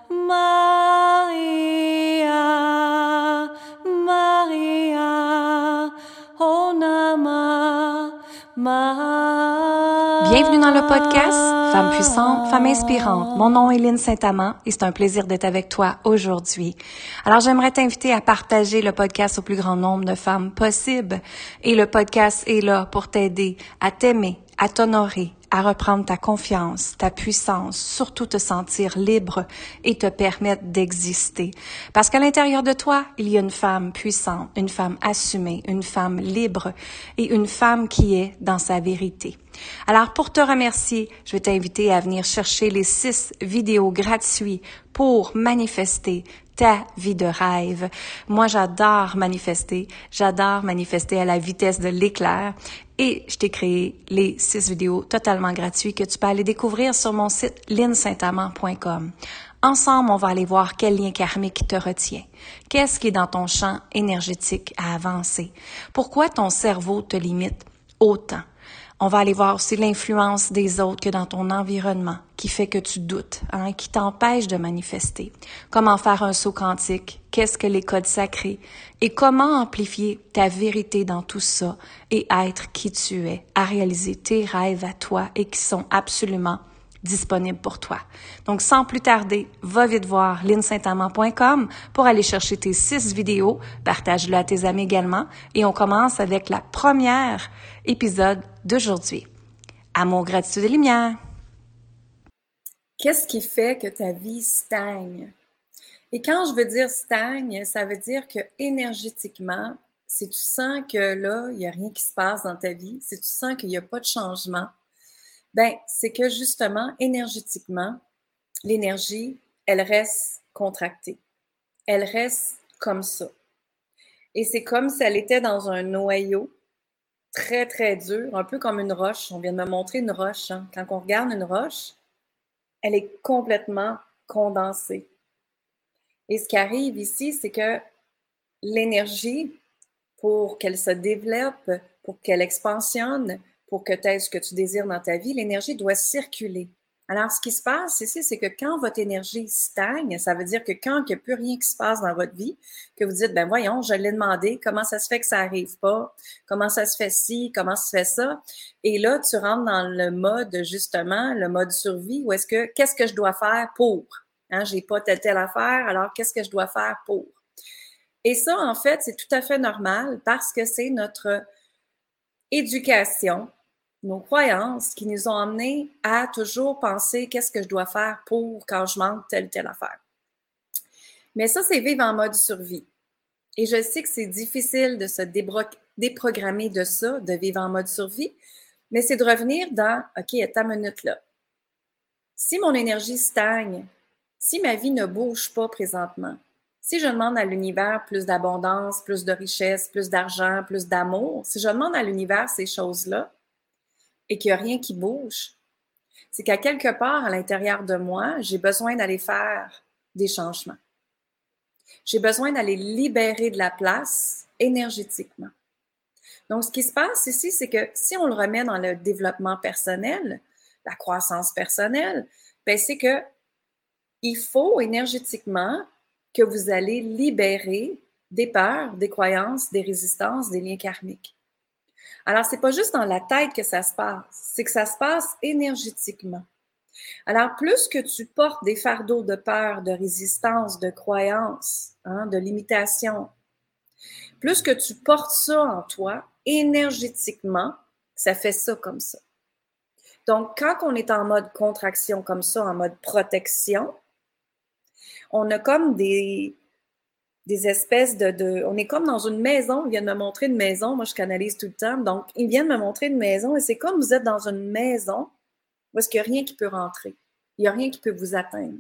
Maria, Maria, oh Nama, Maria. Bienvenue dans le podcast Femmes puissantes, Femmes inspirantes. Mon nom est Lynne Saint-Amand et c'est un plaisir d'être avec toi aujourd'hui. Alors, j'aimerais t'inviter à partager le podcast au plus grand nombre de femmes possible. Et le podcast est là pour t'aider à t'aimer, à t'honorer, à reprendre ta confiance, ta puissance, surtout te sentir libre et te permettre d'exister. Parce qu'à l'intérieur de toi, il y a une femme puissante, une femme assumée, une femme libre et une femme qui est dans sa vérité. Alors, pour te remercier, je vais t'inviter à venir chercher les 6 vidéos gratuites pour manifester ta vie de rêve. Moi, j'adore manifester à la vitesse de l'éclair et je t'ai créé les 6 vidéos totalement gratuites que tu peux aller découvrir sur mon site lynnesaintamand.com. Ensemble, on va aller voir quel lien karmique te retient. Qu'est-ce qui est dans ton champ énergétique à avancer? Pourquoi ton cerveau te limite autant? On va aller voir aussi l'influence des autres que dans ton environnement qui fait que tu doutes, qui t'empêche de manifester. Comment faire un saut quantique? Qu'est-ce que les codes sacrés? Et comment amplifier ta vérité dans tout ça et être qui tu es, à réaliser tes rêves à toi et qui sont absolument disponibles pour toi. Donc, sans plus tarder, va vite voir lynnesaintamand.com pour aller chercher tes 6 vidéos, partage-le à tes amis également et on commence avec la première épisode d'aujourd'hui. Amour, gratitude et lumière. Qu'est-ce qui fait que ta vie stagne? Et quand je veux dire stagne, ça veut dire que énergétiquement, si tu sens que là, il n'y a rien qui se passe dans ta vie, si tu sens qu'il n'y a pas de changement, ben c'est que justement, énergétiquement, l'énergie, elle reste contractée. Elle reste comme ça. Et c'est comme si elle était dans un noyau très, très dur, un peu comme une roche. On vient de me montrer une roche. Quand on regarde une roche, elle est complètement condensée. Et ce qui arrive ici, c'est que l'énergie, pour qu'elle se développe, pour qu'elle expansionne, pour que tu aies ce que tu désires dans ta vie, l'énergie doit circuler. Alors, ce qui se passe ici, c'est que quand votre énergie stagne, ça veut dire que quand il n'y a plus rien qui se passe dans votre vie, que vous dites, ben voyons, je l'ai demandé, comment ça se fait que ça n'arrive pas? Comment ça se fait ci? Comment ça se fait ça? Et là, tu rentres dans le mode, justement, le mode survie, où qu'est-ce que je dois faire pour? J'ai pas telle affaire, alors qu'est-ce que je dois faire pour? Et ça, en fait, c'est tout à fait normal parce que c'est notre éducation, nos croyances qui nous ont amenés à toujours penser qu'est-ce que je dois faire pour quand je manque telle affaire. Mais ça, c'est vivre en mode survie. Et je sais que c'est difficile de se déprogrammer de ça, de vivre en mode survie, mais c'est de revenir dans, OK, à ta minute là. Si mon énergie stagne, si ma vie ne bouge pas présentement, si je demande à l'univers plus d'abondance, plus de richesse, plus d'argent, plus d'amour, si je demande à l'univers ces choses-là et qu'il n'y a rien qui bouge, c'est qu'à quelque part à l'intérieur de moi, j'ai besoin d'aller faire des changements. J'ai besoin d'aller libérer de la place énergétiquement. Donc, ce qui se passe ici, c'est que si on le remet dans le développement personnel, la croissance personnelle, ben c'est que il faut énergétiquement que vous allez libérer des peurs, des croyances, des résistances, des liens karmiques. Alors, c'est pas juste dans la tête que ça se passe, c'est que ça se passe énergétiquement. Alors, plus que tu portes des fardeaux de peur, de résistance, de croyances, de limitation, plus que tu portes ça en toi, énergétiquement, ça fait ça comme ça. Donc, quand on est en mode contraction comme ça, en mode protection, on a comme des espèces on est comme dans une maison. Ils viennent me montrer une maison. Moi, je canalise tout le temps. Donc, ils viennent me montrer une maison et c'est comme vous êtes dans une maison où est-ce qu'il n'y a rien qui peut rentrer. Il n'y a rien qui peut vous atteindre.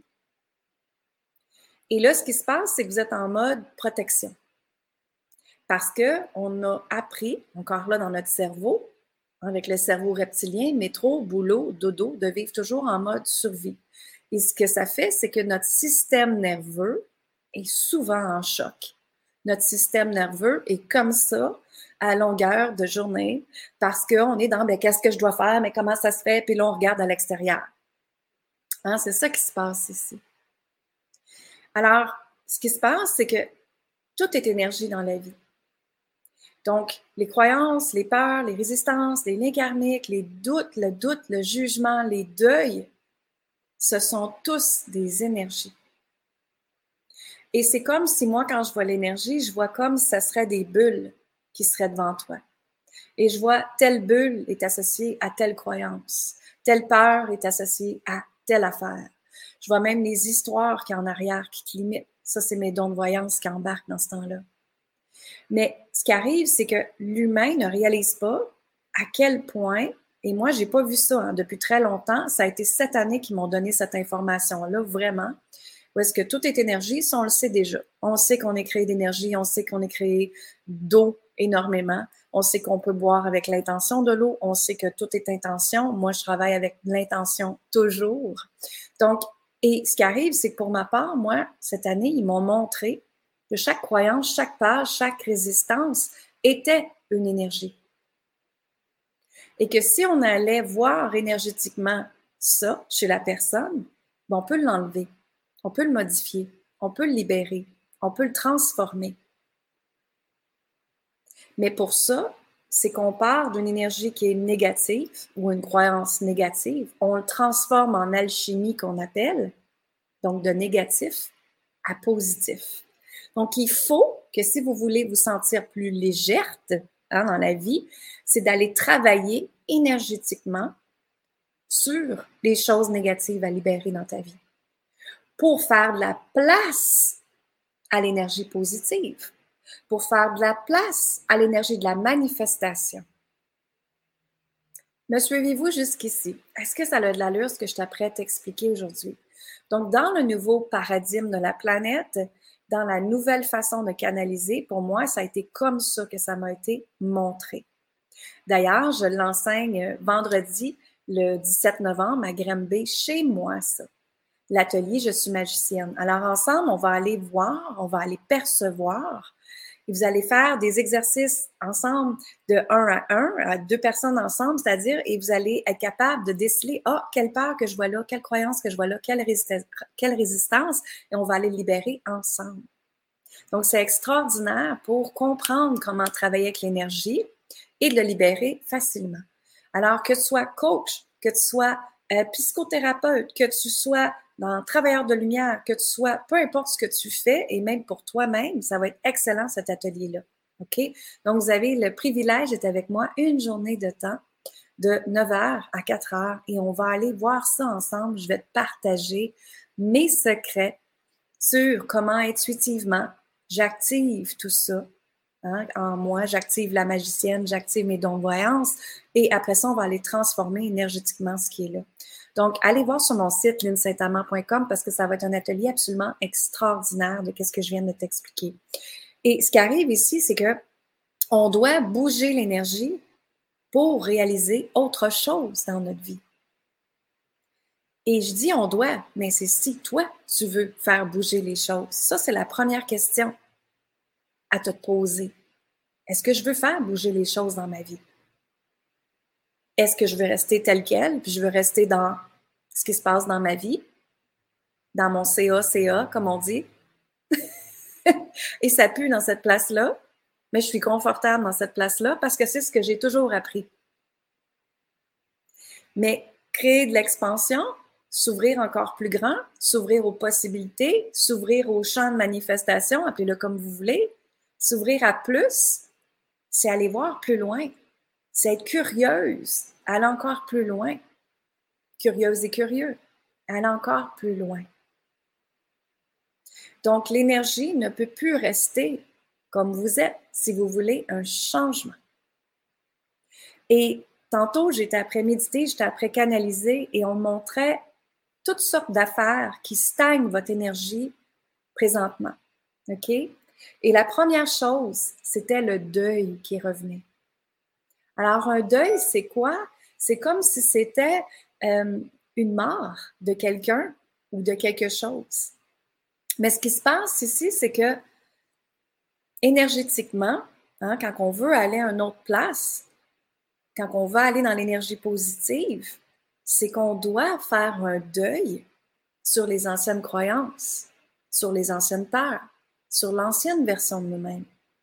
Et là, ce qui se passe, c'est que vous êtes en mode protection. Parce qu'on a appris, encore là dans notre cerveau, avec le cerveau reptilien, métro, boulot, dodo, de vivre toujours en mode survie. Et ce que ça fait, c'est que notre système nerveux est souvent en choc. Notre système nerveux est comme ça à longueur de journée parce qu'on est dans qu'est-ce que je dois faire, mais comment ça se fait, puis là on regarde à l'extérieur. C'est ça qui se passe ici. Alors, ce qui se passe, c'est que tout est énergie dans la vie. Donc, les croyances, les peurs, les résistances, les liens karmiques, les doutes, le jugement, les deuils, ce sont tous des énergies. Et c'est comme si moi, quand je vois l'énergie, je vois comme si ça serait des bulles qui seraient devant toi. Et je vois telle bulle est associée à telle croyance, telle peur est associée à telle affaire. Je vois même les histoires qui en arrière, qui limitent. Ça, c'est mes dons de voyance qui embarquent dans ce temps-là. Mais ce qui arrive, c'est que l'humain ne réalise pas à quel point, et moi, j'ai pas vu ça depuis très longtemps, ça a été cette année qui m'ont donné cette information-là, vraiment, où est-ce que tout est énergie, ça, on le sait déjà. On sait qu'on est créé d'énergie, on sait qu'on est créé d'eau énormément, on sait qu'on peut boire avec l'intention de l'eau, on sait que tout est intention. Moi, je travaille avec l'intention toujours. Donc, et ce qui arrive, c'est que pour ma part, moi, cette année, ils m'ont montré que chaque croyance, chaque page, chaque résistance était une énergie. Et que si on allait voir énergétiquement ça chez la personne, on peut l'enlever, on peut le modifier, on peut le libérer, on peut le transformer. Mais pour ça, c'est qu'on part d'une énergie qui est négative ou une croyance négative, on le transforme en alchimie qu'on appelle, donc de négatif à positif. Donc, il faut que si vous voulez vous sentir plus légère dans la vie, c'est d'aller travailler énergétiquement sur les choses négatives à libérer dans ta vie pour faire de la place à l'énergie positive, pour faire de la place à l'énergie de la manifestation. Me suivez-vous jusqu'ici? Est-ce que ça a de l'allure ce que je t'apprête à t'expliquer aujourd'hui? Donc, dans le nouveau paradigme de la planète, dans la nouvelle façon de canaliser, pour moi, ça a été comme ça que ça m'a été montré. D'ailleurs, je l'enseigne vendredi, le 17 novembre, à Granby, chez moi, ça. L'atelier Je suis magicienne. Alors, ensemble, on va aller voir, on va aller percevoir. Et vous allez faire des exercices ensemble de 1 à 1, à 2 personnes ensemble, c'est-à-dire, et vous allez être capable de déceler, quelle peur que je vois là, quelle croyance que je vois là, quelle résistance, et on va aller le libérer ensemble. Donc, c'est extraordinaire pour comprendre comment travailler avec l'énergie et de le libérer facilement. Alors, que tu sois coach, que tu sois psychothérapeute, que tu sois dans travailleur de lumière, que tu sois, peu importe ce que tu fais, et même pour toi-même, ça va être excellent cet atelier-là. OK? Donc, vous avez le privilège d'être avec moi une journée de temps de 9h à 4h et on va aller voir ça ensemble. Je vais te partager mes secrets sur comment intuitivement j'active tout ça en moi, j'active la magicienne, j'active mes dons de voyance et après ça, on va aller transformer énergétiquement ce qui est là. Donc, allez voir sur mon site linsaintamant.com parce que ça va être un atelier absolument extraordinaire de ce que je viens de t'expliquer. Et ce qui arrive ici, c'est que on doit bouger l'énergie pour réaliser autre chose dans notre vie. Et je dis on doit, mais c'est si toi, tu veux faire bouger les choses. Ça, c'est la première question à te poser. Est-ce que je veux faire bouger les choses dans ma vie? Est-ce que je veux rester tel quel, puis je veux rester dans ce qui se passe dans ma vie, dans mon CA, comme on dit, et ça pue dans cette place-là, mais je suis confortable dans cette place-là parce que c'est ce que j'ai toujours appris. Mais créer de l'expansion, s'ouvrir encore plus grand, s'ouvrir aux possibilités, s'ouvrir aux champs de manifestation, appelez-le comme vous voulez, s'ouvrir à plus, c'est aller voir plus loin. C'est être curieuse, aller encore plus loin. Curieuse et curieux, aller encore plus loin. Donc, l'énergie ne peut plus rester comme vous êtes si vous voulez un changement. Et tantôt, j'étais après méditer, j'étais après canaliser et on me montrait toutes sortes d'affaires qui stagnent votre énergie présentement. OK? Et la première chose, c'était le deuil qui revenait. Alors, un deuil, c'est quoi? C'est comme si c'était une mort de quelqu'un ou de quelque chose. Mais ce qui se passe ici, c'est que énergétiquement, quand on veut aller à une autre place, quand on va aller dans l'énergie positive, c'est qu'on doit faire un deuil sur les anciennes croyances, sur les anciennes peurs, sur l'ancienne version de nous-mêmes.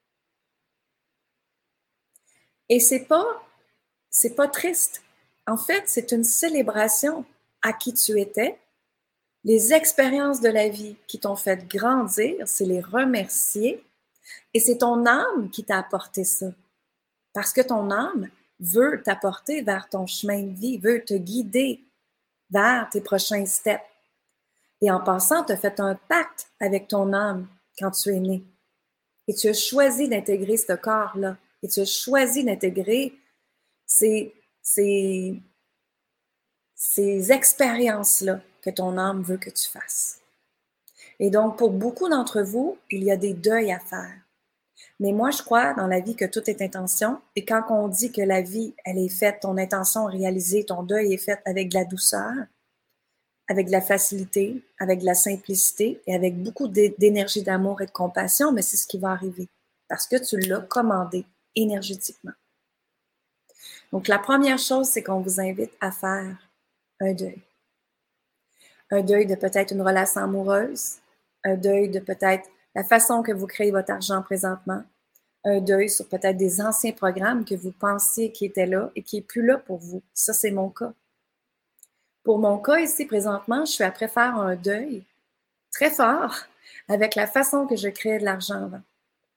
Et c'est pas triste. En fait, c'est une célébration à qui tu étais. Les expériences de la vie qui t'ont fait grandir, c'est les remercier. Et c'est ton âme qui t'a apporté ça. Parce que ton âme veut t'apporter vers ton chemin de vie, veut te guider vers tes prochains steps. Et en passant, tu as fait un pacte avec ton âme quand tu es né. Et tu as choisi d'intégrer ce corps-là. Et tu as choisi d'intégrer ces expériences-là que ton âme veut que tu fasses. Et donc, pour beaucoup d'entre vous, il y a des deuils à faire. Mais moi, je crois dans la vie que tout est intention. Et quand on dit que la vie, elle est faite, ton intention réalisée, ton deuil est fait avec de la douceur, avec de la facilité, avec de la simplicité et avec beaucoup d'énergie d'amour et de compassion, mais c'est ce qui va arriver parce que tu l'as commandé énergétiquement. Donc, la première chose, c'est qu'on vous invite à faire un deuil. Un deuil de peut-être une relation amoureuse, un deuil de peut-être la façon que vous créez votre argent présentement, un deuil sur peut-être des anciens programmes que vous pensiez qui étaient là et qui n'est plus là pour vous. Ça, c'est mon cas. Pour mon cas ici, présentement, je suis après faire un deuil très fort avec la façon que je créais de l'argent avant.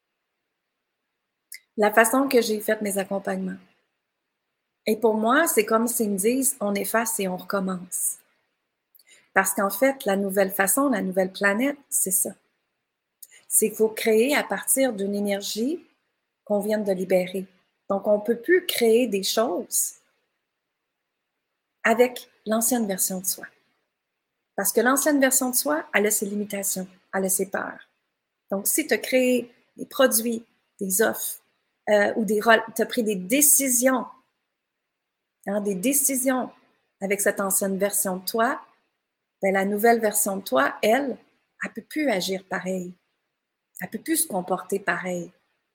La façon que j'ai fait mes accompagnements. Et pour moi, c'est comme s'ils me disent, on efface et on recommence. Parce qu'en fait, la nouvelle façon, la nouvelle planète, c'est ça. C'est qu'il faut créer à partir d'une énergie qu'on vient de libérer. Donc, on ne peut plus créer des choses avec l'ancienne version de soi. Parce que l'ancienne version de soi, elle a ses limitations, elle a ses peurs. Donc, si tu as créé des produits, des offres, ou tu as pris des décisions avec cette ancienne version de toi, ben, la nouvelle version de toi, elle ne peut plus agir pareil. Elle ne peut plus se comporter pareil.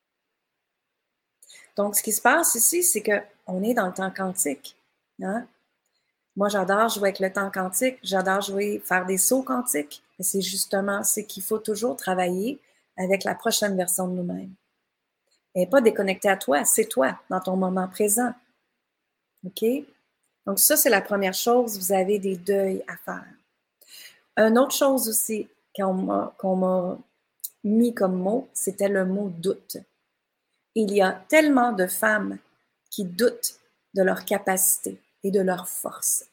Donc, ce qui se passe ici, c'est qu'on est dans le temps quantique. Hein? Moi, j'adore jouer avec le temps quantique, j'adore faire des sauts quantiques. Mais c'est justement ce qu'il faut toujours travailler avec la prochaine version de nous-mêmes. Elle n'est pas déconnectée à toi, c'est toi, dans ton moment présent. OK? Donc, ça, c'est la première chose, vous avez des deuils à faire. Une autre chose aussi qu'on m'a mis comme mot, c'était le mot doute. Il y a tellement de femmes qui doutent de leur capacité et de leur force.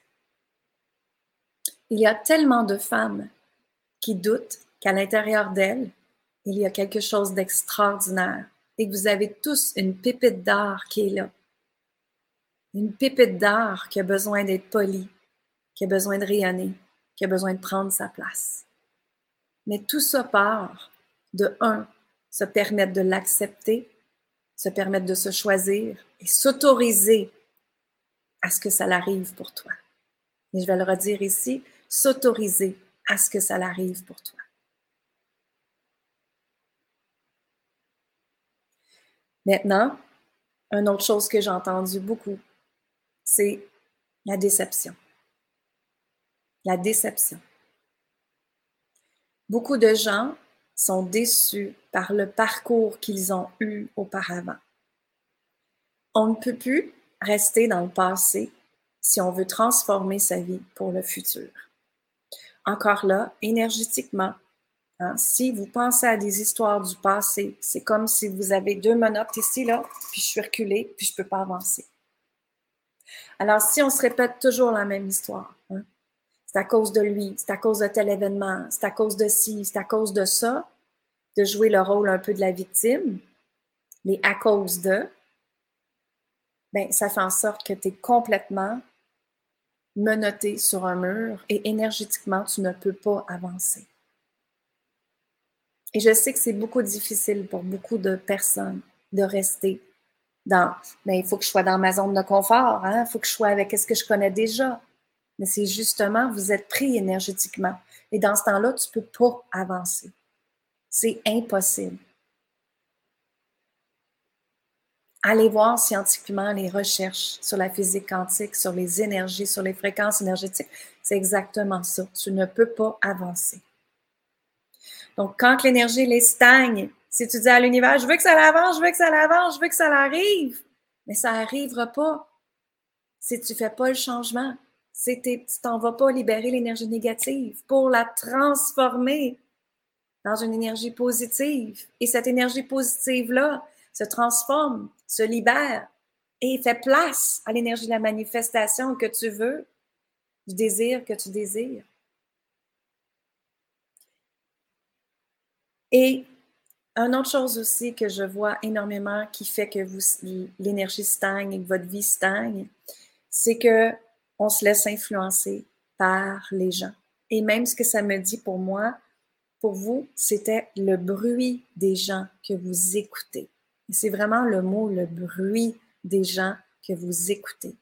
Il y a tellement de femmes qui doutent qu'à l'intérieur d'elles, il y a quelque chose d'extraordinaire et que vous avez tous une pépite d'or qui est là. Une pépite d'or qui a besoin d'être polie, qui a besoin de rayonner, qui a besoin de prendre sa place. Mais tout ça part de se permettre de l'accepter, se permettre de se choisir et s'autoriser à ce que ça l'arrive pour toi. Et je vais le redire ici, s'autoriser à ce que ça l'arrive pour toi. Maintenant, une autre chose que j'ai entendue beaucoup, c'est la déception. La déception. Beaucoup de gens sont déçus par le parcours qu'ils ont eu auparavant. On ne peut plus rester dans le passé si on veut transformer sa vie pour le futur. Encore là, énergétiquement, si vous pensez à des histoires du passé, c'est comme si vous avez 2 menottes ici, là, puis je suis reculée, puis je ne peux pas avancer. Alors, si on se répète toujours la même histoire, c'est à cause de lui, c'est à cause de tel événement, c'est à cause de ci, c'est à cause de ça, de jouer le rôle un peu de la victime, les à cause de, ben, ça fait en sorte que tu es complètement menotté sur un mur et énergétiquement, tu ne peux pas avancer. Et je sais que c'est beaucoup difficile pour beaucoup de personnes de rester mais il faut que je sois dans ma zone de confort, il faut que je sois avec ce que je connais déjà. Mais c'est justement, vous êtes pris énergétiquement. Et dans ce temps-là, tu ne peux pas avancer. C'est impossible. Allez voir scientifiquement les recherches sur la physique quantique, sur les énergies, sur les fréquences énergétiques. C'est exactement ça. Tu ne peux pas avancer. Donc, quand l'énergie les stagne, si tu dis à l'univers, je veux que ça l'avance, je veux que ça l'avance, je veux que ça l'arrive, mais ça n'arrivera pas si tu ne fais pas le changement. Si tu t'en vas pas libérer l'énergie négative pour la transformer dans une énergie positive. Et cette énergie positive-là se transforme, se libère et fait place à l'énergie de la manifestation que tu veux, du désir que tu désires. Et une autre chose aussi que je vois énormément qui fait que l'énergie stagne et que votre vie stagne, c'est que on se laisse influencer par les gens. Et même ce que ça me dit pour moi, pour vous, c'était le bruit des gens que vous écoutez. Et c'est vraiment le mot, le bruit des gens que vous écoutez.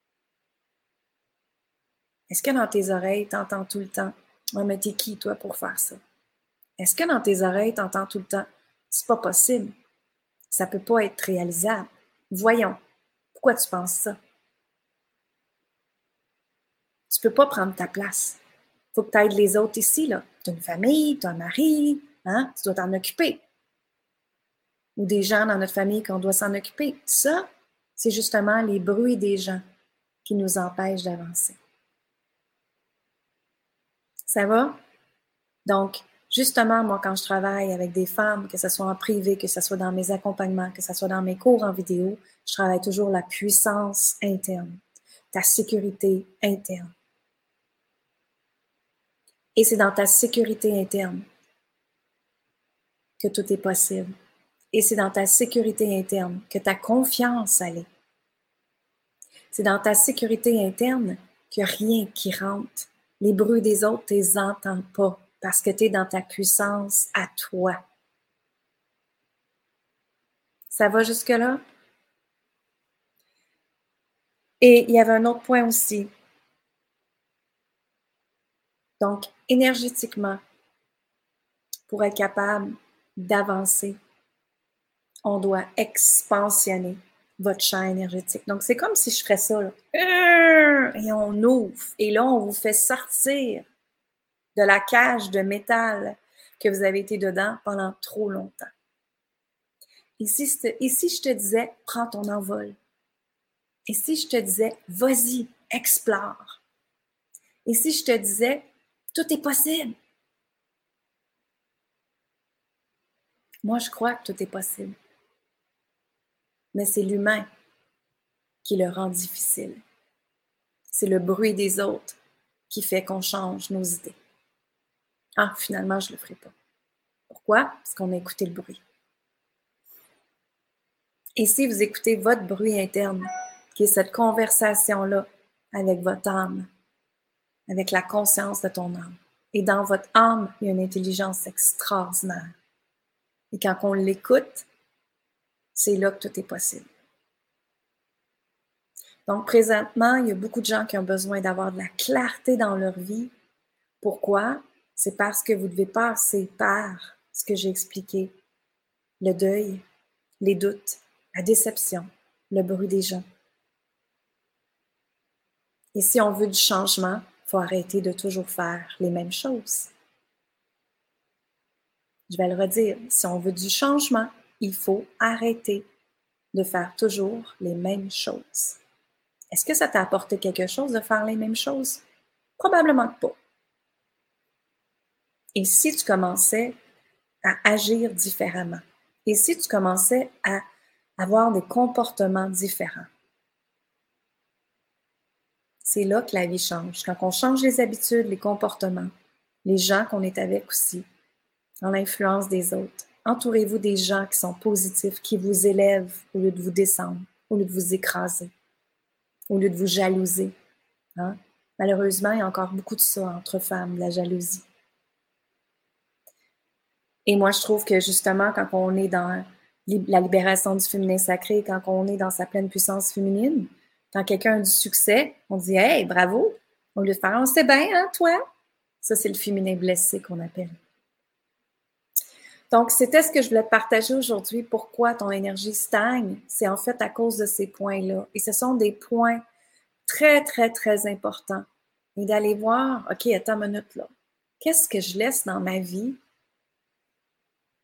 Est-ce que dans tes oreilles, tu entends tout le temps « Oh, mais t'es qui, toi, pour faire ça? » Est-ce que dans tes oreilles, tu entends tout le temps « C'est pas possible. Ça peut pas être réalisable. Voyons, pourquoi tu penses ça? » Tu peux pas prendre ta place. Faut que tu aides les autres ici, là. Tu as une famille, tu as un mari, hein? Tu dois t'en occuper. Ou des gens dans notre famille qu'on doit s'en occuper. Ça, c'est justement les bruits des gens qui nous empêchent d'avancer. Ça va? Donc, justement, moi, quand je travaille avec des femmes, que ce soit en privé, que ce soit dans mes accompagnements, que ce soit dans mes cours en vidéo, je travaille toujours la puissance interne, ta sécurité interne. Et c'est dans ta sécurité interne que tout est possible. Et c'est dans ta sécurité interne que ta confiance allait. C'est dans ta sécurité interne qu'il n'y a rien qui rentre. Les bruits des autres, tu les entends pas parce que tu es dans ta puissance à toi. Ça va jusque-là? Et il y avait un autre point aussi. Donc, énergétiquement, pour être capable d'avancer, on doit expansionner votre champ énergétique. Donc, c'est comme si je ferais ça, là. Et on ouvre. Et là, on vous fait sortir de la cage de métal que vous avez été dedans pendant trop longtemps. Et si je te disais, prends ton envol. Et si je te disais, vas-y, explore. Et si je te disais, tout est possible. Moi, je crois que tout est possible. Mais c'est l'humain qui le rend difficile. C'est le bruit des autres qui fait qu'on change nos idées. Ah, finalement, je ne le ferai pas. Pourquoi? Parce qu'on a écouté le bruit. Et si vous écoutez votre bruit interne, qui est cette conversation-là avec votre âme, avec la conscience de ton âme, et dans votre âme, il y a une intelligence extraordinaire. Et quand on l'écoute, c'est là que tout est possible. Donc, présentement, il y a beaucoup de gens qui ont besoin d'avoir de la clarté dans leur vie. Pourquoi? C'est parce que vous devez passer par ce que j'ai expliqué. Le deuil, les doutes, la déception, le bruit des gens. Et si on veut du changement, il faut arrêter de toujours faire les mêmes choses. Je vais le redire, si on veut du changement, il faut arrêter de faire toujours les mêmes choses. Est-ce que ça t'a apporté quelque chose de faire les mêmes choses? Probablement pas. Et si tu commençais à agir différemment? Et si tu commençais à avoir des comportements différents? C'est là que la vie change. Quand on change les habitudes, les comportements, les gens qu'on est avec aussi, dans l'influence des autres. Entourez-vous des gens qui sont positifs, qui vous élèvent au lieu de vous descendre, au lieu de vous écraser, au lieu de vous jalouser. Hein? Malheureusement, il y a encore beaucoup de ça entre femmes, la jalousie. Et moi, je trouve que justement, quand on est dans la libération du féminin sacré, quand on est dans sa pleine puissance féminine, quand quelqu'un a du succès, on dit « Hey, bravo! » Au lieu de faire « On sait bien, hein, toi? » Ça, c'est le féminin blessé qu'on appelle. Donc, c'était ce que je voulais te partager aujourd'hui. Pourquoi ton énergie stagne? C'est en fait à cause de ces points-là. Et ce sont des points très, très, très importants. Et d'aller voir, OK, attends une minute là. Qu'est-ce que je laisse dans ma vie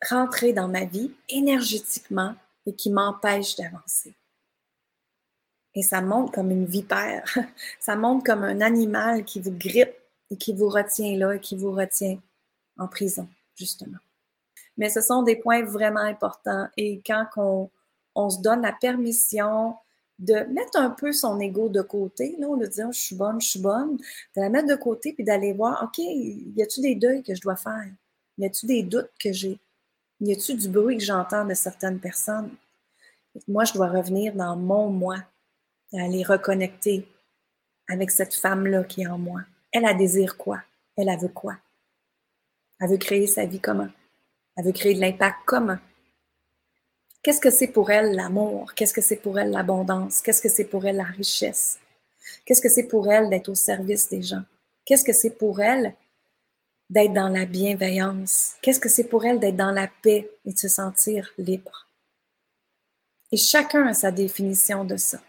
rentrer dans ma vie énergétiquement et qui m'empêche d'avancer. Et ça monte comme une vipère, ça monte comme un animal qui vous grippe et qui vous retient là et qui vous retient en prison, justement. Mais ce sont des points vraiment importants et quand on se donne la permission de mettre un peu son ego de côté, là, de dire je suis bonne, de la mettre de côté puis d'aller voir, OK, y a-tu des deuils que je dois faire? Y a-tu des doutes que j'ai? Y a-tu du bruit que j'entends de certaines personnes? Moi, je dois revenir dans mon moi, aller reconnecter avec cette femme-là qui est en moi. Elle désire quoi? Elle veut quoi? Elle veut créer sa vie comment? Elle veut créer de l'impact comment? Qu'est-ce que c'est pour elle l'amour? Qu'est-ce que c'est pour elle l'abondance? Qu'est-ce que c'est pour elle la richesse? Qu'est-ce que c'est pour elle d'être au service des gens? Qu'est-ce que c'est pour elle d'être dans la bienveillance? Qu'est-ce que c'est pour elle d'être dans la paix et de se sentir libre? Et chacun a sa définition de ça.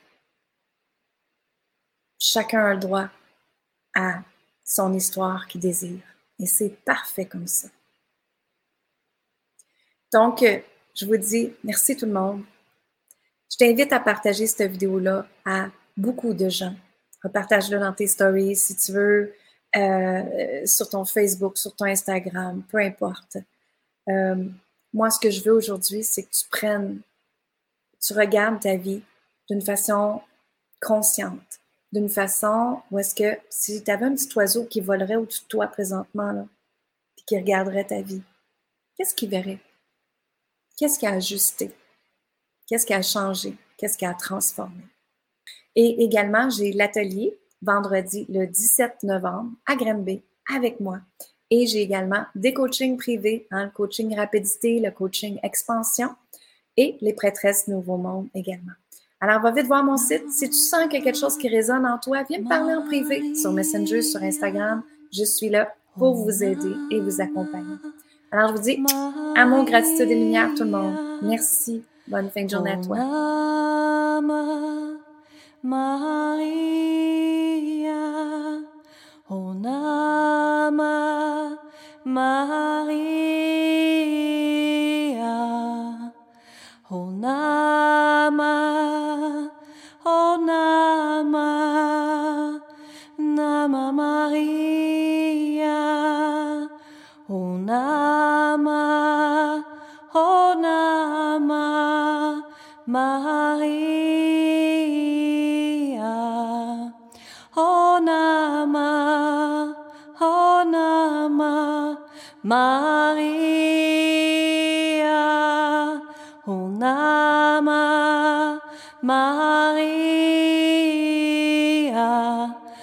Chacun a le droit à son histoire qu'il désire. Et c'est parfait comme ça. Donc, je vous dis merci tout le monde. Je t'invite à partager cette vidéo-là à beaucoup de gens. Repartage-le dans tes stories si tu veux, sur ton Facebook, sur ton Instagram, peu importe. Moi, ce que je veux aujourd'hui, c'est que tu regardes ta vie d'une façon consciente, d'une façon où est-ce que si tu avais un petit oiseau qui volerait au-dessus de toi présentement, là, puis qui regarderait ta vie, qu'est-ce qu'il verrait? Qu'est-ce qui a ajusté? Qu'est-ce qui a changé? Qu'est-ce qui a transformé? Et également, j'ai l'atelier vendredi le 17 novembre à Granby avec moi. Et j'ai également des coachings privés, le coaching rapidité, le coaching expansion et les prêtresses Nouveau Monde également. Alors, va vite voir mon site. Si tu sens qu'il y a quelque chose qui résonne en toi, viens me parler en privé sur Messenger, sur Instagram. Je suis là pour vous aider et vous accompagner. Alors, je vous dis amour, gratitude et lumière, tout le monde. Merci. Bonne fin de journée à toi. Maria, O Nama Maria, O Nama, O Nama, Nama Maria, O Nama, O Nama Maria. O Nama, O Nama Maria, O Nama Maria.